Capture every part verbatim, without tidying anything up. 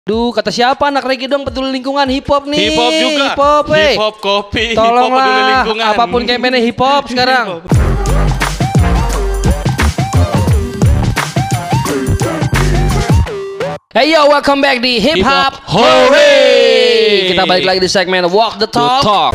Duh, kata siapa anak reggae dong peduli lingkungan hip hop nih. Hip hop juga. Hip hop, eh. Hip hop kopi. Tolonglah, hip hop peduli lingkungan. apapun campaignnya hip hop sekarang. Hey yo, welcome back di Hip Hop Hooray. Kita balik lagi di segmen Walk the Talk. The talk.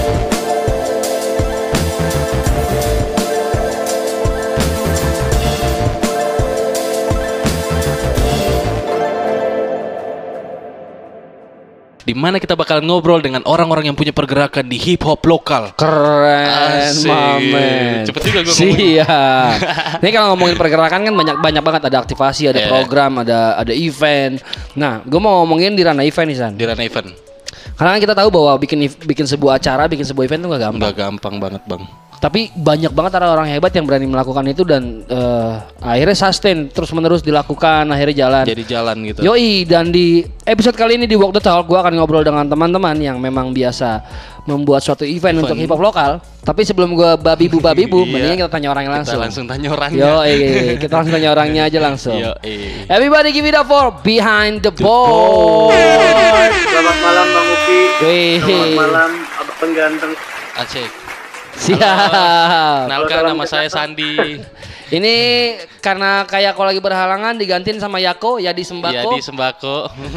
Di mana kita bakalan ngobrol dengan orang-orang yang punya pergerakan di hip hop lokal. Keren, mamen. Cepet juga gue ngomong. Siap. Ini kalau ngomongin pergerakan kan banyak banyak banget, ada aktivasi, ada yeah. program, ada ada event. Nah, gue mau ngomongin di ranah event nih, San. Di ranah event. Karena kan kita tahu bahwa bikin bikin sebuah acara, bikin sebuah event itu gak gampang. Gak gampang banget, Bang. Tapi banyak banget orang hebat yang berani melakukan itu dan uh, akhirnya sustain terus menerus dilakukan, akhirnya jalan. Jadi jalan gitu. Yoi, dan di episode kali ini di Walk the Talk gue akan ngobrol dengan teman-teman yang memang biasa membuat suatu event, event. untuk hip hop lokal. Tapi sebelum gue babi bu babi bu, mendingan kita tanya orangnya langsung. Kita langsung tanya orangnya. Yoi, kita langsung tanya orangnya aja langsung. Yoi. Everybody give it up for Behind the Board. Selamat malam Bang Upi. Selamat malam Abang Ganteng. Aceh. Siap. Kenalkan, nama saya Sandi. Ini karena kayak kalau lagi berhalangan digantiin sama Yako, Yadi Sembako. Yadi Sembako.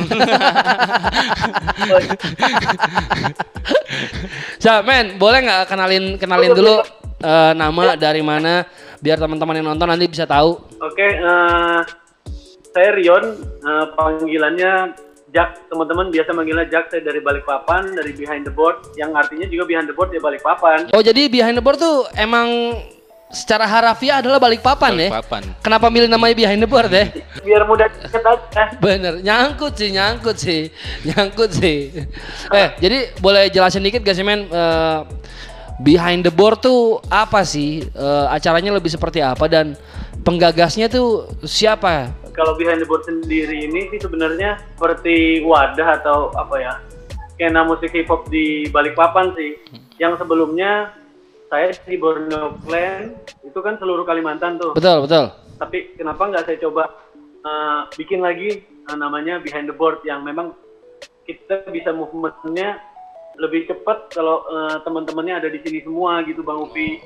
So, men, boleh nggak kenalin kenalin dulu uh, nama dari mana biar teman-teman yang nonton nanti bisa tahu. Oke, okay, uh, saya Rion, uh, panggilannya Jack, teman-teman biasa manggilnya Jack. Saya dari Balikpapan, dari Behind the Board, yang artinya juga Behind the Board ya Balikpapan. Oh, jadi Behind the Board tuh emang secara harafiah adalah Balikpapan, Balikpapan. Ya? Kenapa milih namanya Behind the Board ya? Biar mudah diingat aja. Bener, nyangkut sih, nyangkut sih, nyangkut sih. Eh, jadi boleh jelasin dikit gak sih, men? Uh, Behind the Board tuh apa sih? Uh, acaranya lebih seperti apa dan penggagasnya tuh siapa? Kalau Behind the Board sendiri ini sih sebenarnya seperti wadah atau apa ya, skena musik hip hop di Balikpapan sih. Yang sebelumnya saya di Borneo Clan, itu kan seluruh Kalimantan tuh. Betul, betul. Tapi kenapa nggak saya coba uh, bikin lagi uh, namanya Behind the Board yang memang kita bisa movementnya lebih cepat kalau uh, teman-temannya ada di sini semua gitu, Bang Upi.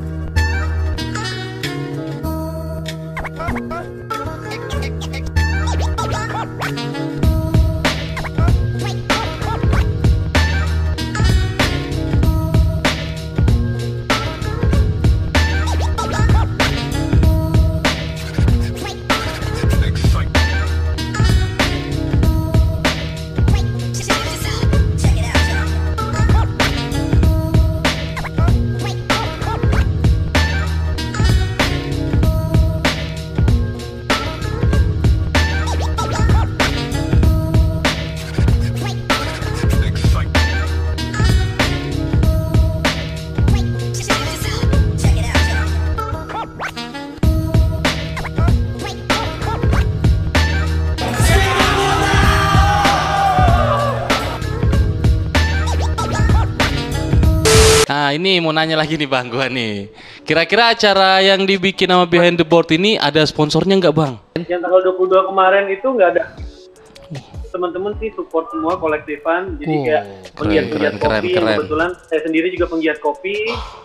Nah, ini mau nanya lagi nih Bang, gua nih. Kira-kira acara yang dibikin sama Behind the Board ini ada sponsornya nggak, Bang? Yang tanggal dua puluh dua kemarin itu nggak ada. Teman-teman sih support semua kolektifan, jadi oh, kayak penggiat-penggiat kopi. Keren, keren. Kebetulan saya sendiri juga penggiat kopi.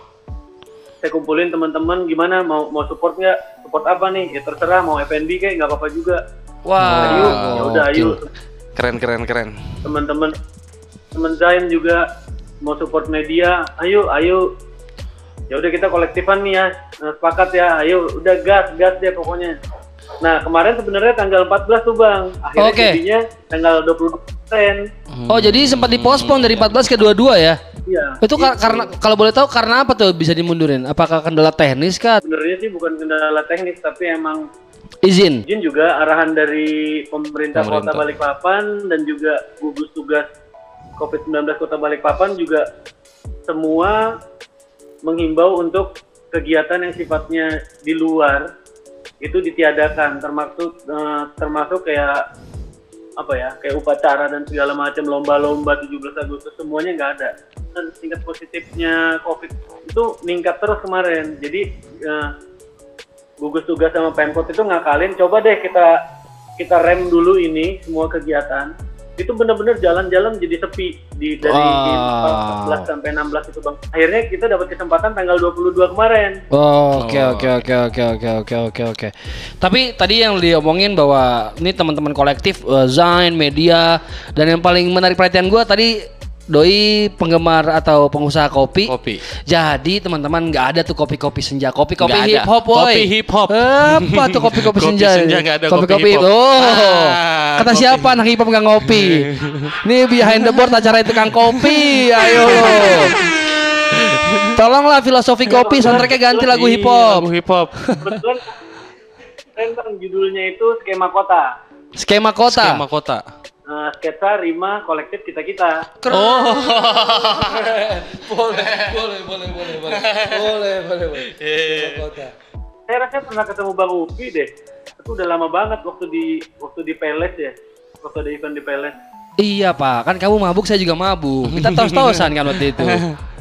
Saya kumpulin teman-teman, gimana mau mau support nggak? Support apa nih? Ya terserah, mau F and B kayak nggak apa-apa juga. Wah, wow. Ayo, ya udah ayo. Keren, keren, keren. Teman-teman, teman Zain juga mau support media, ayo, ayo. Ya udah kita kolektifan nih ya, nah, sepakat ya, ayo, udah gas, gas deh pokoknya. Nah kemarin sebenarnya tanggal empat belas tuh Bang, akhirnya okay. jadinya tanggal dua puluh dua persen. Oh jadi sempat dipospon dari empat belas ke dua puluh dua ya? Iya. Itu kar- karena kalau boleh tahu karena apa tuh bisa dimundurin? Apakah kendala teknis kah? Sebenarnya sih bukan kendala teknis tapi emang izin. Izin juga arahan dari pemerintah, pemerintah. Kota Balikpapan dan juga gugus tugas covid sembilan belas Kota Balikpapan juga semua menghimbau untuk kegiatan yang sifatnya di luar itu ditiadakan, termasuk uh, termasuk kayak apa ya, kayak upacara dan segala macam, lomba-lomba tujuh belas Agustus semuanya nggak ada. Dan tingkat positifnya COVID itu meningkat terus kemarin. Jadi uh, gugus tugas sama Pemkot itu ngakalin, coba deh kita kita rem dulu ini semua kegiatan. Itu benar-benar jalan-jalan jadi sepi di dari Wow. empat belas sampai enam belas itu Bang. Akhirnya kita dapat kesempatan tanggal dua puluh dua kemarin. Oh, oke Oh. oke oke oke oke oke oke oke. Tapi tadi yang diomongin bahwa ini teman-teman kolektif uh, Zain, media, dan yang paling menarik perhatian gua tadi Doi penggemar atau pengusaha kopi. Kopi. Jadi teman-teman nggak ada tuh kopi-kopi senja, kopi-kopi Nggak ada. hip hop, boy. Kopi hip hop. Apa tuh kopi-kopi Kopi senja? senja nggak ada, kopi Kopi-kopi. hip hop. Oh, Ah, kata kopi. siapa anak hip hop nggak ngopi? Nih behind the board acara itu tukang kopi. Ayo. Tolonglah filosofi kopi, soundtracknya ganti lagu hip hop. Lagu hip hop. Kebetulan keren Bang, judulnya itu Skema Kota. Skema kota. Skema kota. Nah, sketsa, rima, kolektif kita-kita. Oh. boleh, boleh, boleh, boleh, boleh, boleh, boleh, boleh. Kota. Saya rasa pernah ketemu Bang Upi deh. Itu udah lama banget waktu di waktu di Palace ya. Waktu ada event di Palace. Iya pak, kan kamu mabuk, saya juga mabuk. Kita tos-tosan kan waktu itu.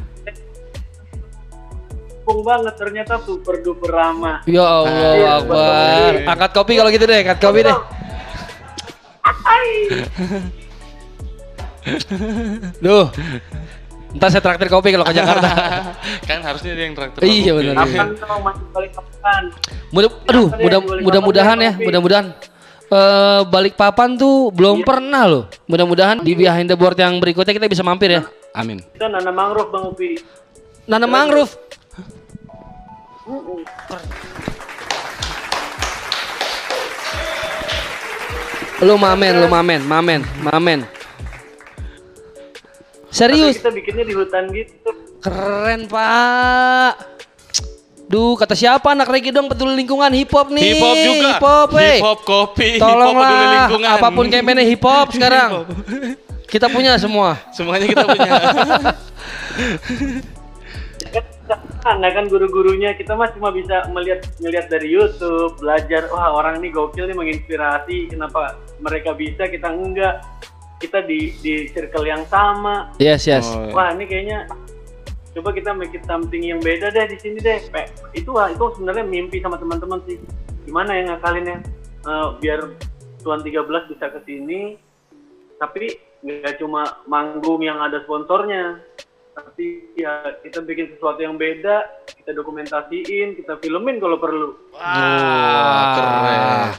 Pung banget, ternyata super duper ramah. Ya Allah Akbar. Angkat kopi kalau gitu deh, angkat kopi deh. Duh. Ntar saya traktir kopi kalau ke Jakarta. Kan harusnya dia yang traktir. Iya, kopi. benar. Kapan dong masih balik kapan? Mudah, aduh, Kapan ya, mudah, balik mudah-mudahan kapan ya, kopi? mudah-mudahan. Eh balik papan tuh belum pernah loh. Mudah-mudahan di behind the board yang berikutnya kita bisa mampir ya. Amin. Kita nanam mangrove Bang Upi. Nanam mangrove. Lu mamen, lu mamen, mamen, mamen. Serius, Tapi kita bikinnya di hutan gitu. keren pak. Duh, kata siapa anak reggae dong peduli lingkungan hip hop nih. Hip hop juga. Hip hop, eh. Hip hop kopi. Hip hop peduli Tolonglah, lingkungan. apapun campaignnya hip hop sekarang. Kita punya semua. Semuanya kita punya. Karena kan guru-gurunya kita mah cuma bisa melihat melihat dari YouTube, belajar wah orang ini gokil nih menginspirasi, kenapa mereka bisa kita enggak. Kita di di circle yang sama. Yes, yes. Oh, Wah, ini kayaknya coba kita make it something yang beda deh di sini deh. Pe, itu wah, itu sebenarnya mimpi sama teman-teman sih. Gimana ya ngakalinnya uh, biar Tuan tiga belas bisa ke sini tapi nggak cuma manggung yang ada sponsornya. Tapi ya kita bikin sesuatu yang beda, kita dokumentasiin, kita filmin kalau perlu. Wah, keren.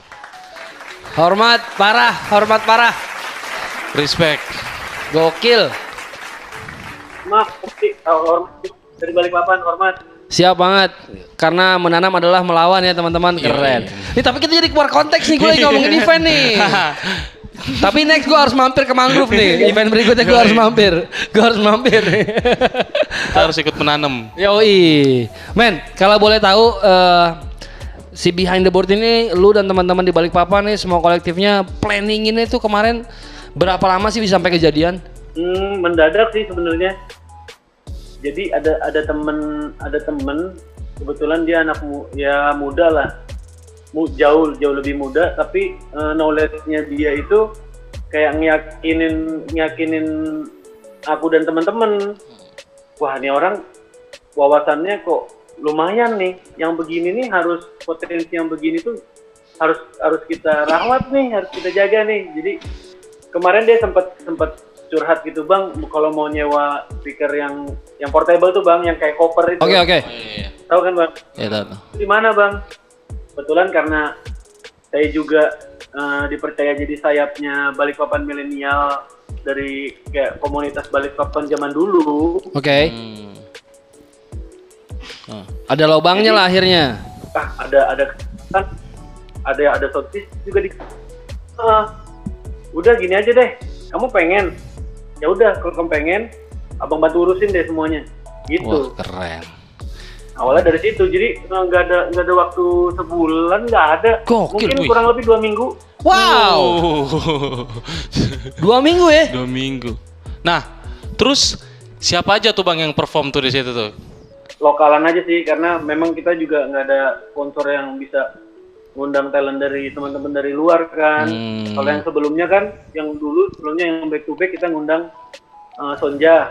Hormat parah, hormat parah. Respect. Gokil. Maaf, tapi uh, hormat dari Balikpapan, hormat. Siap banget. Karena menanam adalah melawan ya teman-teman. Keren. Ini tapi kita jadi keluar konteks nih, gue lagi ngomongin event nih. Tapi next gue harus mampir ke mangrove nih. Event berikutnya gue harus mampir. Gue harus mampir. Kita harus ikut menanam. Yoi. Men, kalau boleh tahu eh, si behind the board ini lu dan teman-teman di Balikpapan nih semua kolektifnya planning ini tuh kemarin berapa lama sih bisa sampai kejadian? Hmm, mendadak sih sebenarnya. Jadi ada ada temen ada temen kebetulan dia anak mu, ya muda lah. Mu, jauh jauh lebih muda tapi uh, knowledge-nya dia itu kayak ngiyakinin ngiyakinin aku dan teman-teman. Wah, ini orang wawasannya kok lumayan nih. Yang begini nih harus potensi yang begini tuh harus harus kita rawat nih, harus kita jaga nih. Jadi kemarin dia sempat sempat curhat gitu, Bang, kalau mau nyewa speaker yang yang portable tuh, Bang, yang kayak koper itu. Oke, oke. Tahu kan, Bang? Ya, tahu. Di mana, Bang? Kebetulan karena saya juga uh, dipercaya jadi sayapnya Balikpapan milenial dari kayak komunitas Balikpapan zaman dulu. Oke. Hmm. Oh. Ada lubangnya lah akhirnya. Ah, ada ada kan ada ada sosis juga di. Ah, udah gini aja deh. Kamu pengen? Ya udah, kalau kamu pengen, abang bantu urusin deh semuanya. Gitu. Wah, keren. Awalnya dari situ, jadi nggak ada nggak ada waktu sebulan, nggak ada. Gokil, Mungkin wih. kurang lebih dua minggu. Wow. Oh. Dua minggu ya? Dua minggu. Nah, terus siapa aja tuh Bang yang perform tuh di situ tuh? Lokalan aja sih, karena memang kita juga nggak ada sponsor yang bisa ngundang talent dari teman-teman dari luar kan. Hmm. Kalau yang sebelumnya kan, yang dulu sebelumnya yang back to back kita ngundang uh, Sonja.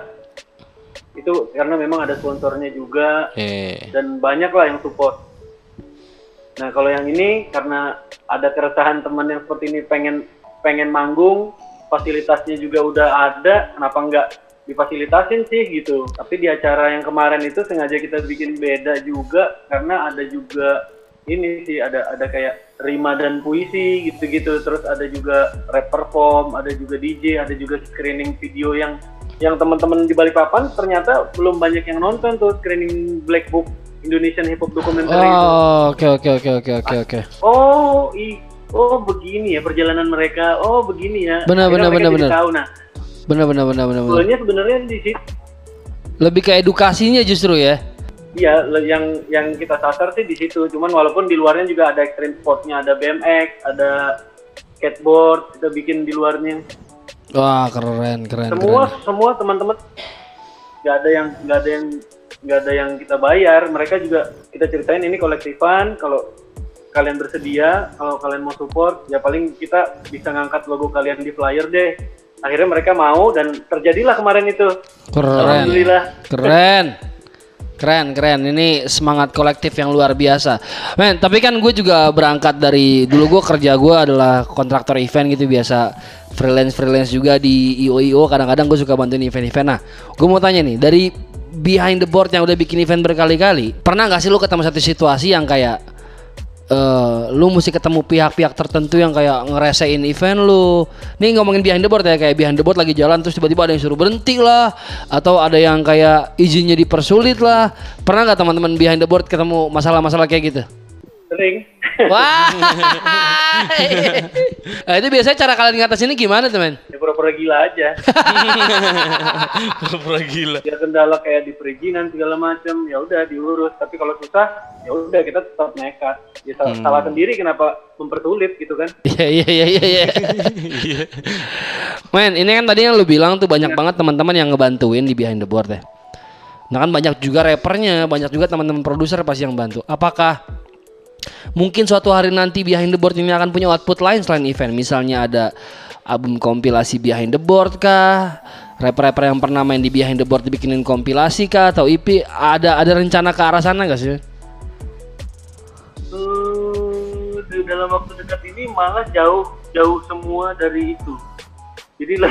Itu karena memang ada sponsornya juga Eh. dan banyak lah yang support. Nah kalau yang ini karena ada keresahan teman yang seperti ini pengen pengen manggung, fasilitasnya juga udah ada, kenapa nggak difasilitasin sih gitu. Tapi di acara yang kemarin itu sengaja kita bikin beda juga karena ada juga ini sih, ada ada kayak rima dan puisi gitu-gitu, terus ada juga rap perform, ada juga D J, ada juga screening video yang yang teman-teman di Balikpapan ternyata belum banyak yang nonton tuh, screening Black Book Indonesian Hip Hop Documentary itu. Oh, oke oke oke oke oke oke. Oh, i, oh begini ya perjalanan mereka. Oh, begini ya. Benar benar benar benar. Tahu. Nah, benar benar benar benar. sebenarnya sebenarnya di situ lebih ke edukasinya justru ya. Iya, yang yang kita sasar sih di situ. Cuman walaupun di luarnya juga ada extreme sportnya, ada B M X, ada skateboard, kita bikin di luarnya. Wah, keren keren. Semua keren. semua teman-teman nggak ada yang nggak ada yang nggak ada yang kita bayar. Mereka juga kita ceritain ini kolektifan. Kalau kalian bersedia, kalau kalian mau support, ya paling kita bisa ngangkat logo kalian di flyer deh. Akhirnya mereka mau dan terjadilah kemarin itu. Keren. Alhamdulillah. Keren. Keren, keren. Ini semangat kolektif yang luar biasa. Men, tapi kan gue juga berangkat dari, dulu gue kerja gue adalah kontraktor event gitu, biasa freelance-freelance juga di I O I O. Kadang-kadang gue suka bantuin event-event. Nah, gue mau tanya nih, dari behind the board yang udah bikin event berkali-kali, pernah gak sih lu ketemu satu situasi yang kayak Uh, lu mesti ketemu pihak-pihak tertentu yang kayak ngeresein event lu. Nih ngomongin behind the board ya, kayak behind the board lagi jalan terus tiba-tiba ada yang suruh berhenti lah, atau ada yang kayak izinnya dipersulit lah. Pernah nggak teman-teman behind the board ketemu masalah-masalah kayak gitu? Sering. Wah. Nah, itu biasanya cara kalian ngatasinnya gimana teman? Ya pura-pura gila aja. Pura-pura gila. Ya kendala kayak di perizinan segala macam, ya udah diurus. Tapi kalau susah, ya udah kita tetap nekat. Ya salah, Hmm. salah sendiri kenapa mempersulit gitu kan? Iya iya iya iya iya. Men, ini kan tadi yang lu bilang tuh banyak banget teman-teman yang ngebantuin di behind the board ya. Nah kan banyak juga rappernya, banyak juga teman-teman produser pasti yang bantu. Apakah mungkin suatu hari nanti behind the board ini akan punya output lain selain event? Misalnya ada album kompilasi behind the board kah? Rapper-rapper yang pernah main di behind the board dibikinin kompilasi kah? Atau E P? Ada ada rencana ke arah sana gak sih? Uh, di dalam waktu dekat ini malah jauh jauh semua dari itu. Jadi lah,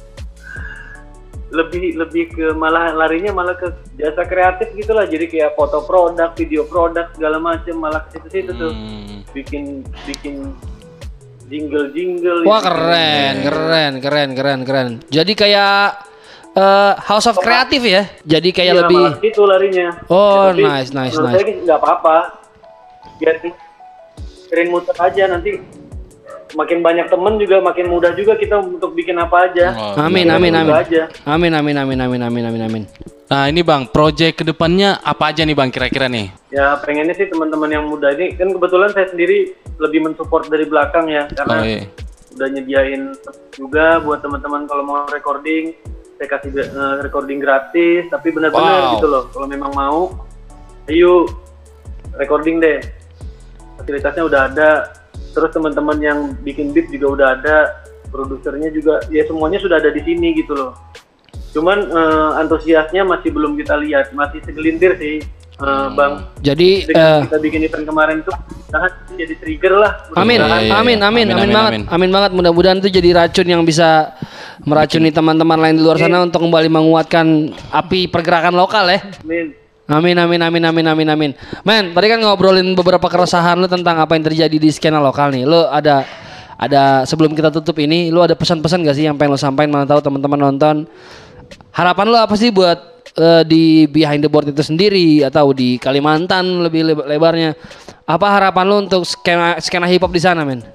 lebih lebih ke malah larinya malah ke jasa kreatif gitulah. Jadi kayak foto produk, video produk segala macam, malah ke situ-situ tuh. Hmm. Bikin bikin jingle-jingle. Wah gitu. keren, keren, keren, keren, keren. Jadi kayak uh, House of Creative ya. Jadi kayak Iya, lebih. malah gitu larinya. Oh, Ya, tapi nice, nice, menurut nice. saya nggak apa-apa. Biar sering muter aja, nanti makin banyak temen juga makin mudah juga kita untuk bikin apa aja. Oh, Amin, Bikin amin, apa amin. aja. Amin, amin, amin, amin, amin, amin, amin. Nah ini bang, project kedepannya apa aja nih bang kira-kira nih? Ya pengennya sih teman-teman yang muda ini, kan kebetulan saya sendiri lebih mensupport dari belakang ya, karena Oh, iya. udah nyediain juga buat teman-teman kalau mau recording, saya kasih uh, recording gratis, tapi benar-benar Wow. gitu loh. Kalau memang mau, ayo recording deh. Fasilitasnya udah ada, terus teman-teman yang bikin beat juga udah ada, produsernya juga, ya semuanya sudah ada di sini gitu loh. Cuman uh, antusiasnya masih belum kita lihat, masih segelintir sih, uh, Bang. Jadi Dengan eh, kita bikin event kemarin tuh, mudah-mudahan jadi trigger lah. amin, Mudah-mudahan. Iya, iya, amin, iya. amin, Amin, amin, amin, banget, amin. amin banget. Mudah-mudahan itu jadi racun yang bisa meracuni teman-teman lain di luar sana untuk kembali menguatkan api pergerakan lokal ya. Amin. Amin, amin, amin, amin, amin, amin. Men, tadi kan ngobrolin beberapa keresahan lu tentang apa yang terjadi di skena lokal nih. Lu ada, ada sebelum kita tutup ini, lu ada pesan-pesan gak sih yang pengen lu sampaikan? Mana tahu teman-teman nonton. Harapan lu apa sih buat eh, di behind the board itu sendiri atau di Kalimantan lebih leb- lebarnya? Apa harapan lu untuk skena skena hip hop di sana, men?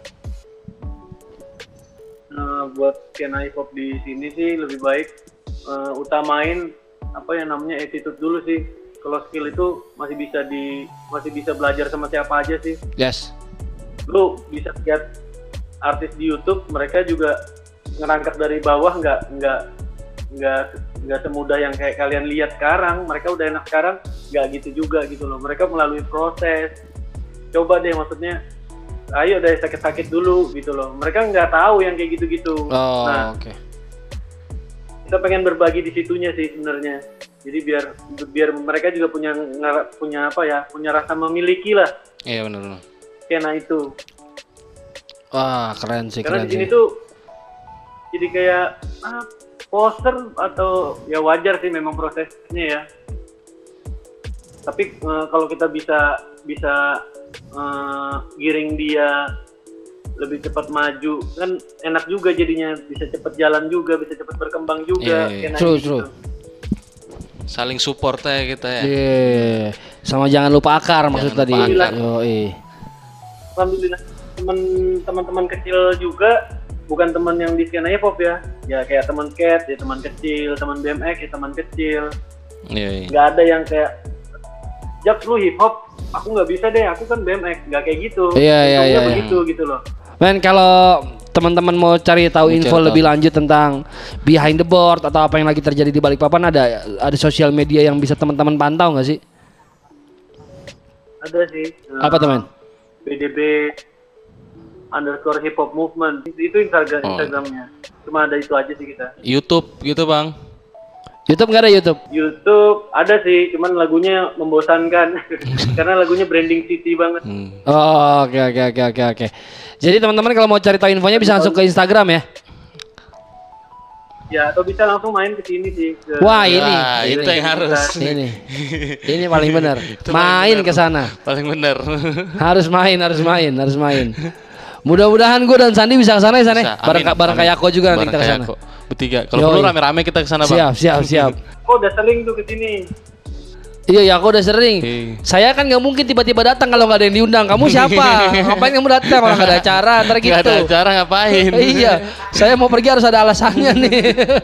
Nah, buat skena hip hop di sini sih lebih baik uh, utamain apa yang namanya attitude dulu sih. Kalau skill itu masih bisa di masih bisa belajar sama siapa aja sih. Yes. Lu bisa lihat artis di YouTube, mereka juga ngerangkak dari bawah, nggak nggak nggak nggak semudah yang kayak kalian lihat sekarang. Mereka udah enak sekarang, nggak gitu juga gitu loh. Mereka melalui proses. Coba deh, maksudnya ayo deh sakit-sakit dulu gitu loh. Mereka nggak tahu yang kayak gitu-gitu. Oh, Nah, oke. kita pengen berbagi di situnya sih sebenarnya. Jadi biar biar mereka juga punya ngara- punya apa ya, punya rasa memiliki lah. Iya benar. skena itu. Wah, keren sih, Karena keren di sini sih. tuh jadi kayak ah, poster atau ya wajar sih memang prosesnya ya. Tapi eh, kalau kita bisa bisa eh, giring dia lebih cepat maju kan enak juga jadinya, bisa cepat jalan juga, bisa cepat berkembang juga. Iya, iya. skenanya True, gitu. true. Saling support ya kita ya. Iya. Sama jangan lupa akar maksud Jangan tadi. lupa akar. Yoi. Alhamdulillah teman teman-teman kecil juga, bukan teman yang di skena hip hop ya, ya kayak teman skate ya teman kecil, teman B M X ya teman kecil, Iya, iya. nggak ada yang kayak Jak lu hip hop, aku nggak bisa deh, aku kan B M X, nggak kayak gitu. Iya, iya, Untungnya iya, iya. begitu gitu loh. Men, kalau teman-teman mau cari tahu Mau info cari lebih tahu. lanjut tentang behind the board atau apa yang lagi terjadi di Balikpapan, ada ada sosial media yang bisa teman-teman pantau nggak sih? Ada sih. eh, Apa teman? B D B underscore hip hop movement itu Instagram Oh. Instagramnya. Cuma ada itu aja sih kita. YouTube gitu bang. YouTube nggak ada YouTube? YouTube ada sih, cuman lagunya membosankan karena lagunya branding city banget. Hmm. Oh, oke oke oke oke oke. Jadi teman-teman kalau mau cari tahu infonya bisa langsung ke Instagram ya. Ya, atau bisa langsung main ke sini sih. Ke, Wah, ini, Wah, ini. itu yang harus. Ini. Ini paling benar. Itu paling Main benar. ke sana. Paling bener. Harus main, harus main, harus main. Mudah-mudahan gue dan Sandi bisa ke sana ya sana. Bisa. Bareng Amin, bareng amin. kayak aku juga nanti Bareng kita ke kayak sana. aku. Bertiga. Kalau Yoi. perlu rame-rame kita ke sana bang. Siap, siap, siap. Oh, udah sering tuh ke sini. Iya, ya aku udah sering. Iya. Saya kan nggak mungkin tiba-tiba datang kalau nggak ada yang diundang. Kamu siapa? Ngapain kamu datang kalau nggak ada acara? Ntar gitu. Gak ada acara ngapain? Iya, saya mau pergi harus ada alasannya nih.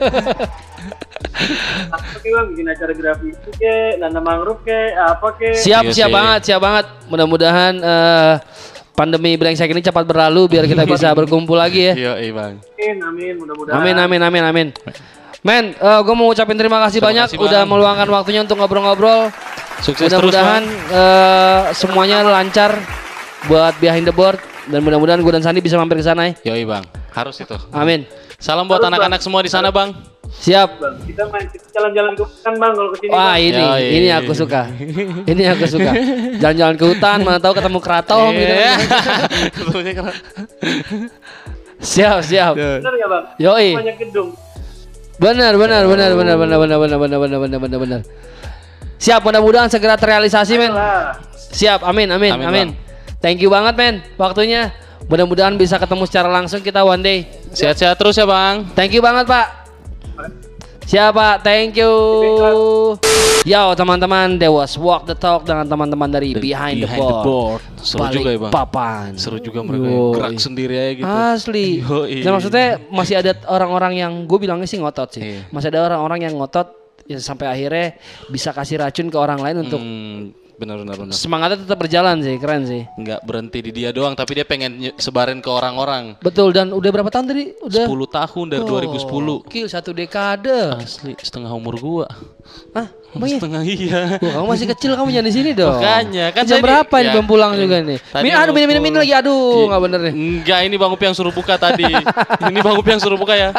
Oke bang, bikin acara grafis ke, nanam mangrove ke, apa ke. Siap, Iya siap sih. banget, siap banget. Mudah-mudahan eh, pandemi brengsek ini cepat berlalu biar kita bisa berkumpul lagi ya. Iya, iya bang. Amin, amin, mudah-mudahan. Amin, amin, amin, amin. Men, gue mau ucapin terima kasih Terima banyak kasih, Bang. udah meluangkan waktunya untuk ngobrol-ngobrol. Sukses terus Mudah-mudahan bang. eh, semuanya lancar buat behind the board dan mudah-mudahan gue dan Sandi bisa mampir ke sana ya. Yoi bang. Harus itu. Amin. Salam buat Harus, anak-anak Bang. semua di sana bang. Siap. Bang, kita main kita jalan-jalan ke hutan bang kalau ke sini. Wah Bang. ini, Yoi. ini aku suka. Ini aku suka. Jalan-jalan ke hutan, mana tahu ketemu keraton gitu. Iya. Ketemunya keren. Siap, siap. Bener nggak bang? Yoi. Banyak gedung. Benar, benar, benar, benar, benar, benar, benar, benar, benar, benar, benar, benar. Siap, mudah-mudahan segera terrealisasi, men. Lah. Siap, amin, amin, Amin, amin. Thank you banget, men. Waktunya. Mudah-mudahan bisa ketemu secara langsung kita one day. Sehat-sehat terus ya bang. Thank you banget, Pak. Siap, Pak. Thank you. Yo, teman-teman, that was Walk the Talk dengan teman-teman dari Behind, the Board. Seru juga ya bang. Papan. Seru juga mereka Yoi. gerak sendiri aja gitu. Asli. Yoi. Dan maksudnya masih ada orang-orang yang gue bilangnya sih ngotot sih. Iya. Masih ada orang-orang yang ngotot ya, sampai akhirnya bisa kasih racun ke orang lain untuk Hmm, benar benar benar. semangatnya tetap berjalan sih, keren sih. Nggak berhenti di dia doang, tapi dia pengen nye- sebarin ke orang-orang. Betul, dan udah berapa tahun tadi? Udah sepuluh tahun dari dua ribu sepuluh. Gokil, satu dekade. Asli setengah umur gua. Hah? Emang iya? Setengah iya. Wah, kamu masih kecil, kamu jangan di sini dong. Makanya, kan jam tadi- berapa ini ya, belum pulang juga nih? tadi Min, aduh mau minum minum minum pulang. lagi, aduh Iya. nggak bener nih. Enggak, ini Bang Upi yang suruh buka tadi. Ini Bang Upi yang suruh buka ya.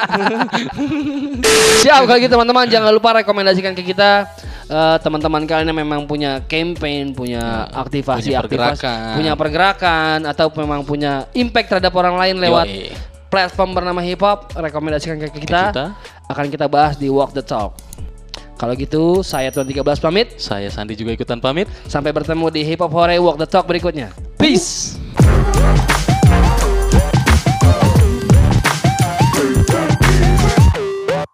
Siap kalau gitu teman-teman, jangan lupa rekomendasikan ke kita eh, teman-teman kalian yang memang punya campaign, punya aktivasi punya aktivasi, pergerakan. punya pergerakan atau memang punya impact terhadap orang lain lewat Yoi. platform bernama hip hop, rekomendasikan ke kita. kita. Akan kita bahas di Walk the Talk. Kalau gitu, saya Tuan tiga belas pamit. Saya Sandi juga ikutan pamit. Sampai bertemu di Hip Hop Hore Walk the Talk berikutnya. Peace.